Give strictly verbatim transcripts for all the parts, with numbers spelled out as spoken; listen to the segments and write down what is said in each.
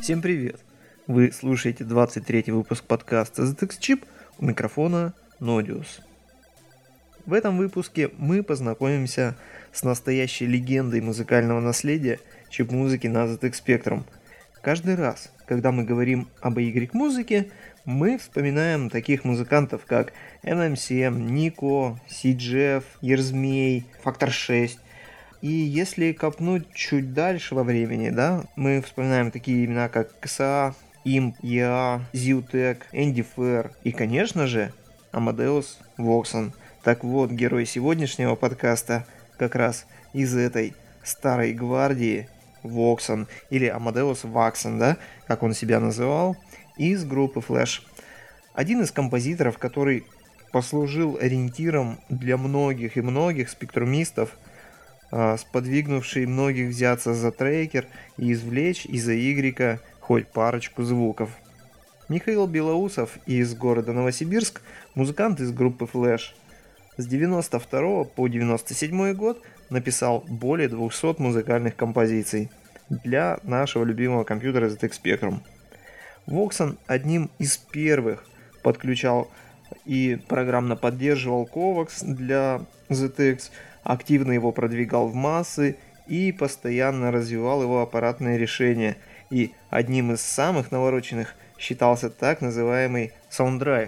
Всем привет! Вы слушаете двадцать третий выпуск подкаста зет икс Chip, у микрофона Nodius. В этом выпуске мы познакомимся с настоящей легендой музыкального наследия чип-музыки на зет икс Spectrum. Каждый раз, когда мы говорим об эй уай-музыке, мы вспоминаем таких музыкантов, как эн эм си эм, Nico, си джи эф, Ерзмей, Фактор шесть. И если копнуть чуть дальше во времени, да, мы вспоминаем такие имена, как кэ эс а, Imp, и а, Зиутек, Энди Фэр и, конечно же, Амадеус Воксон. Так вот, герой сегодняшнего подкаста как раз из этой старой гвардии Воксон, или Амадеус Ваксон, да, как он себя называл, из группы Flash. Один из композиторов, который послужил ориентиром для многих и многих спектрумистов, сподвигнувший многих взяться за трекер и извлечь из эй уай хоть парочку звуков. Михаил Белоусов из города Новосибирск, музыкант из группы Flash. С девяносто второго по девяносто седьмой год написал более двухсот музыкальных композиций для нашего любимого компьютера зет икс Spectrum. Воксон одним из первых подключал и программно поддерживал Ковакс для зет икс, активно его продвигал в массы и постоянно развивал его аппаратные решения. И одним из самых навороченных считался так называемый Sound Drive.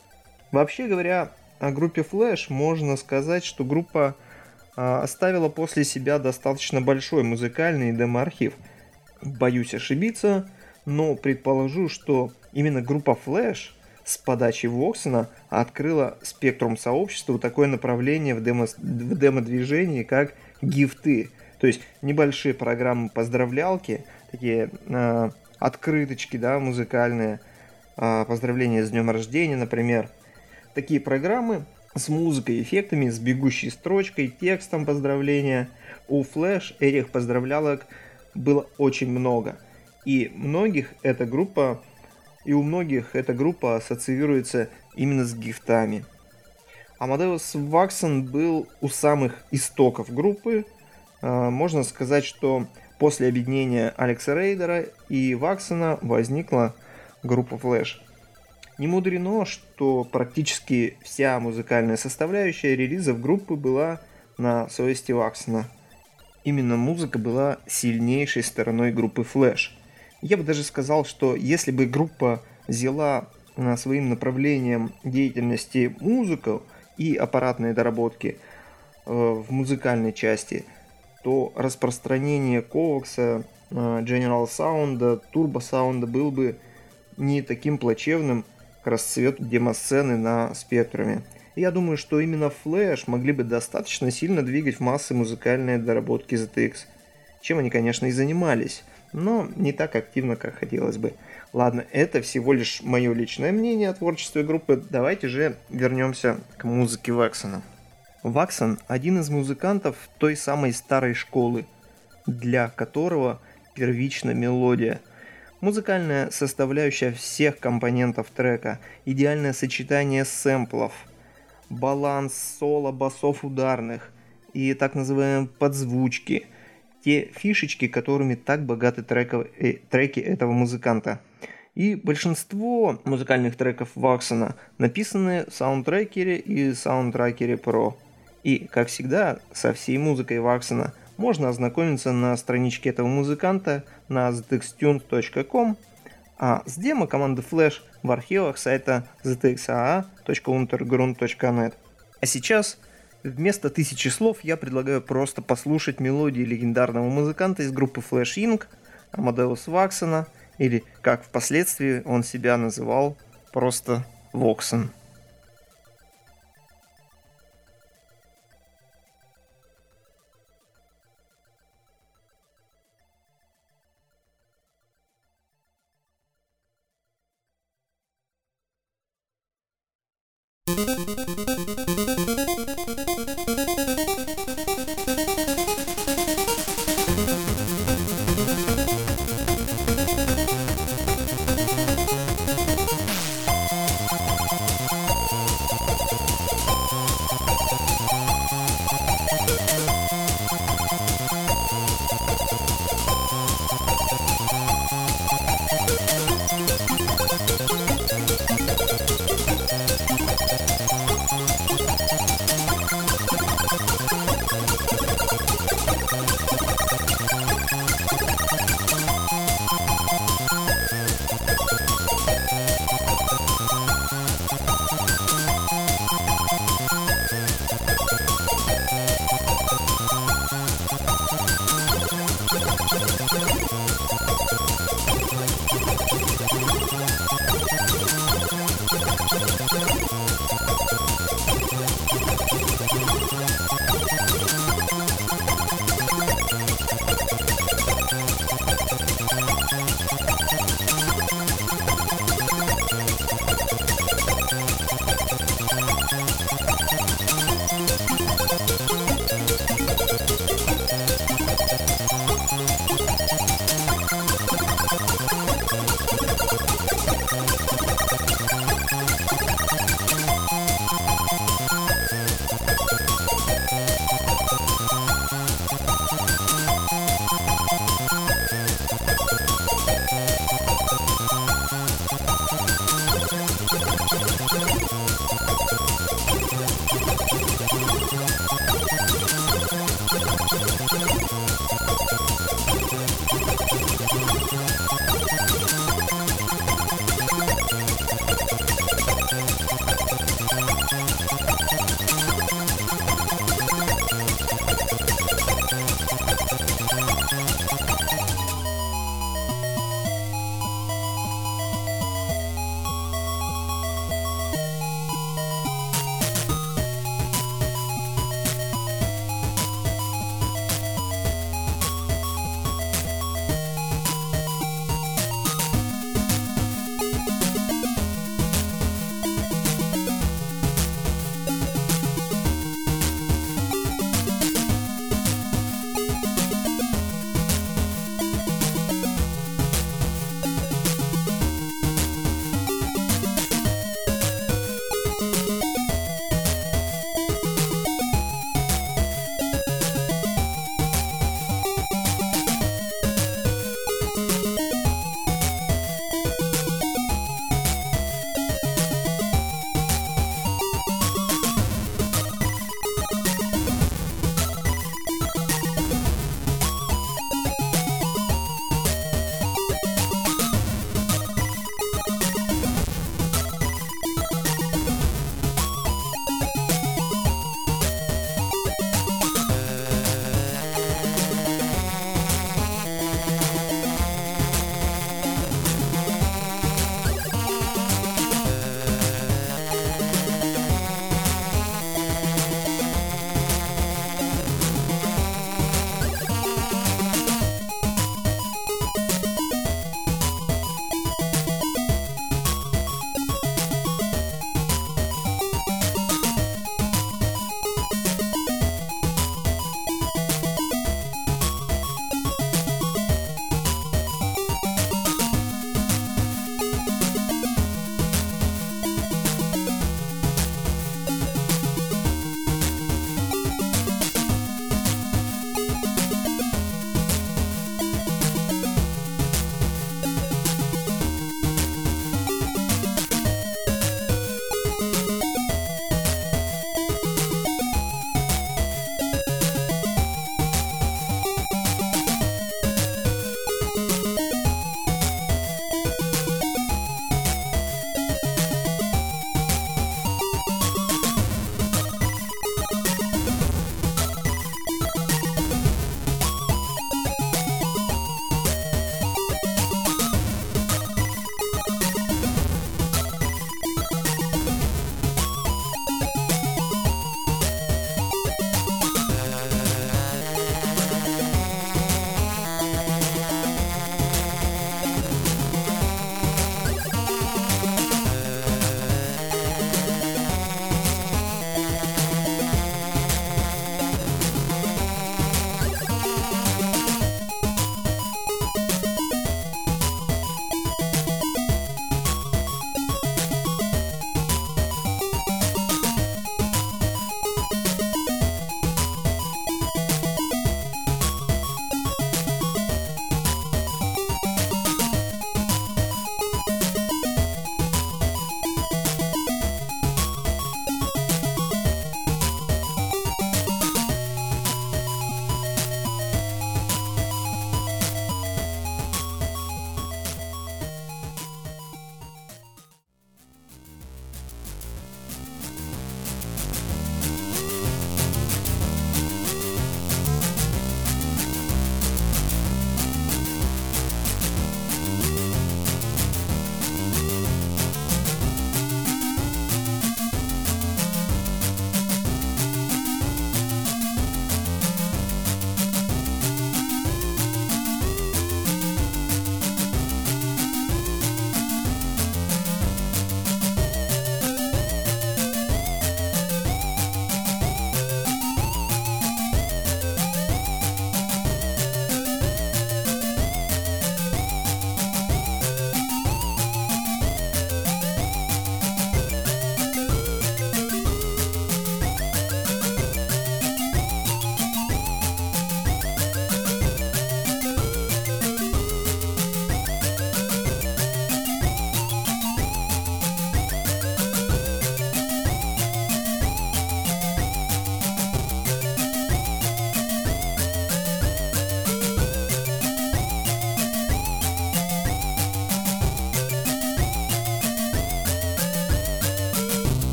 Вообще говоря, о группе Flash можно сказать, что группа а, оставила после себя достаточно большой музыкальный демо-архив. Боюсь ошибиться, но предположу, что именно группа Flash с подачи Воксона открыла спектрум сообществу такое направление в, демо, в демо-движении, как гифты. То есть небольшие программы-поздравлялки, такие э, открыточки, да, музыкальные, э, поздравления с днем рождения, например. Такие программы с музыкой, эффектами, с бегущей строчкой, текстом поздравления. У Flash этих поздравлялок было очень много. И многих эта группа И у многих эта группа ассоциируется именно с гифтами. Амадеус Ваксон был у самых истоков группы. Можно сказать, что после объединения Алекса Рейдера и Ваксона возникла группа Flash. Не мудрено, что практически вся музыкальная составляющая релизов группы была на совести Ваксона. Именно музыка была сильнейшей стороной группы Flash. Я бы даже сказал, что если бы группа взяла своим направлением деятельности музыку и аппаратные доработки э, в музыкальной части, то распространение Ковакса, э, General Sound, Turbo Sound был бы не таким плачевным к расцвету демо-сцены на спектруме. Я думаю, что именно Flash могли бы достаточно сильно двигать в массы музыкальные доработки зет икс, чем они, конечно, и занимались, но не так активно, как хотелось бы. Ладно, это всего лишь мое личное мнение о творчестве группы. Давайте же вернемся к музыке Ваксона. Ваксон – один из музыкантов той самой старой школы, для которого первична мелодия. Музыкальная составляющая всех компонентов трека, идеальное сочетание сэмплов, баланс соло, басов ударных и так называемые подзвучки – те фишечки, которыми так богаты треков, э, треки этого музыканта. И большинство музыкальных треков Ваксона написаны в саундтрекере и саундтрекере Pro. И, как всегда, со всей музыкой Ваксона можно ознакомиться на страничке этого музыканта на зет икс тюнс точка ком, а с демо команды Flash в архивах сайта зет икс а а точка унтергрунд точка нет. А сейчас вместо тысячи слов я предлагаю просто послушать мелодии легендарного музыканта из группы Flash инк, Амадеус Ваксона, или, как впоследствии он себя называл, просто Воксон.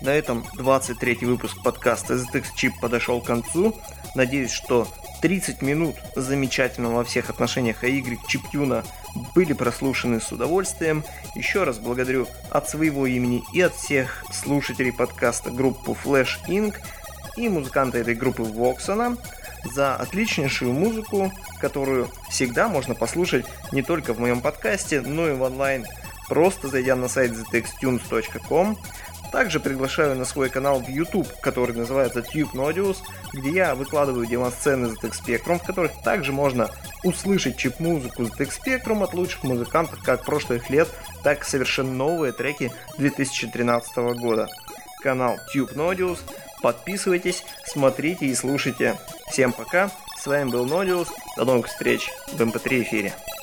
На этом двадцать третий выпуск подкаста зет икс Chip подошел к концу. Надеюсь, что тридцать минут замечательного во всех отношениях эй ай чиптюна были прослушаны с удовольствием. Еще раз благодарю от своего имени и от всех слушателей подкаста группу Flash инк и музыканта этой группы Воксона за отличнейшую музыку, которую всегда можно послушать не только в моем подкасте, но и в онлайн, просто зайдя на сайт зет икс тюнс точка ком. Также приглашаю на свой канал в YouTube, который называется Tube Nodius, где я выкладываю демосцены зет икс Spectrum, в которых также можно услышать чип-музыку зет икс Spectrum от лучших музыкантов как прошлых лет, так и совершенно новые треки две тысячи тринадцатого года. Канал Tube Nodius. Подписывайтесь, смотрите и слушайте. Всем пока. С вами был Nodius. До новых встреч в эм пэ три эфире.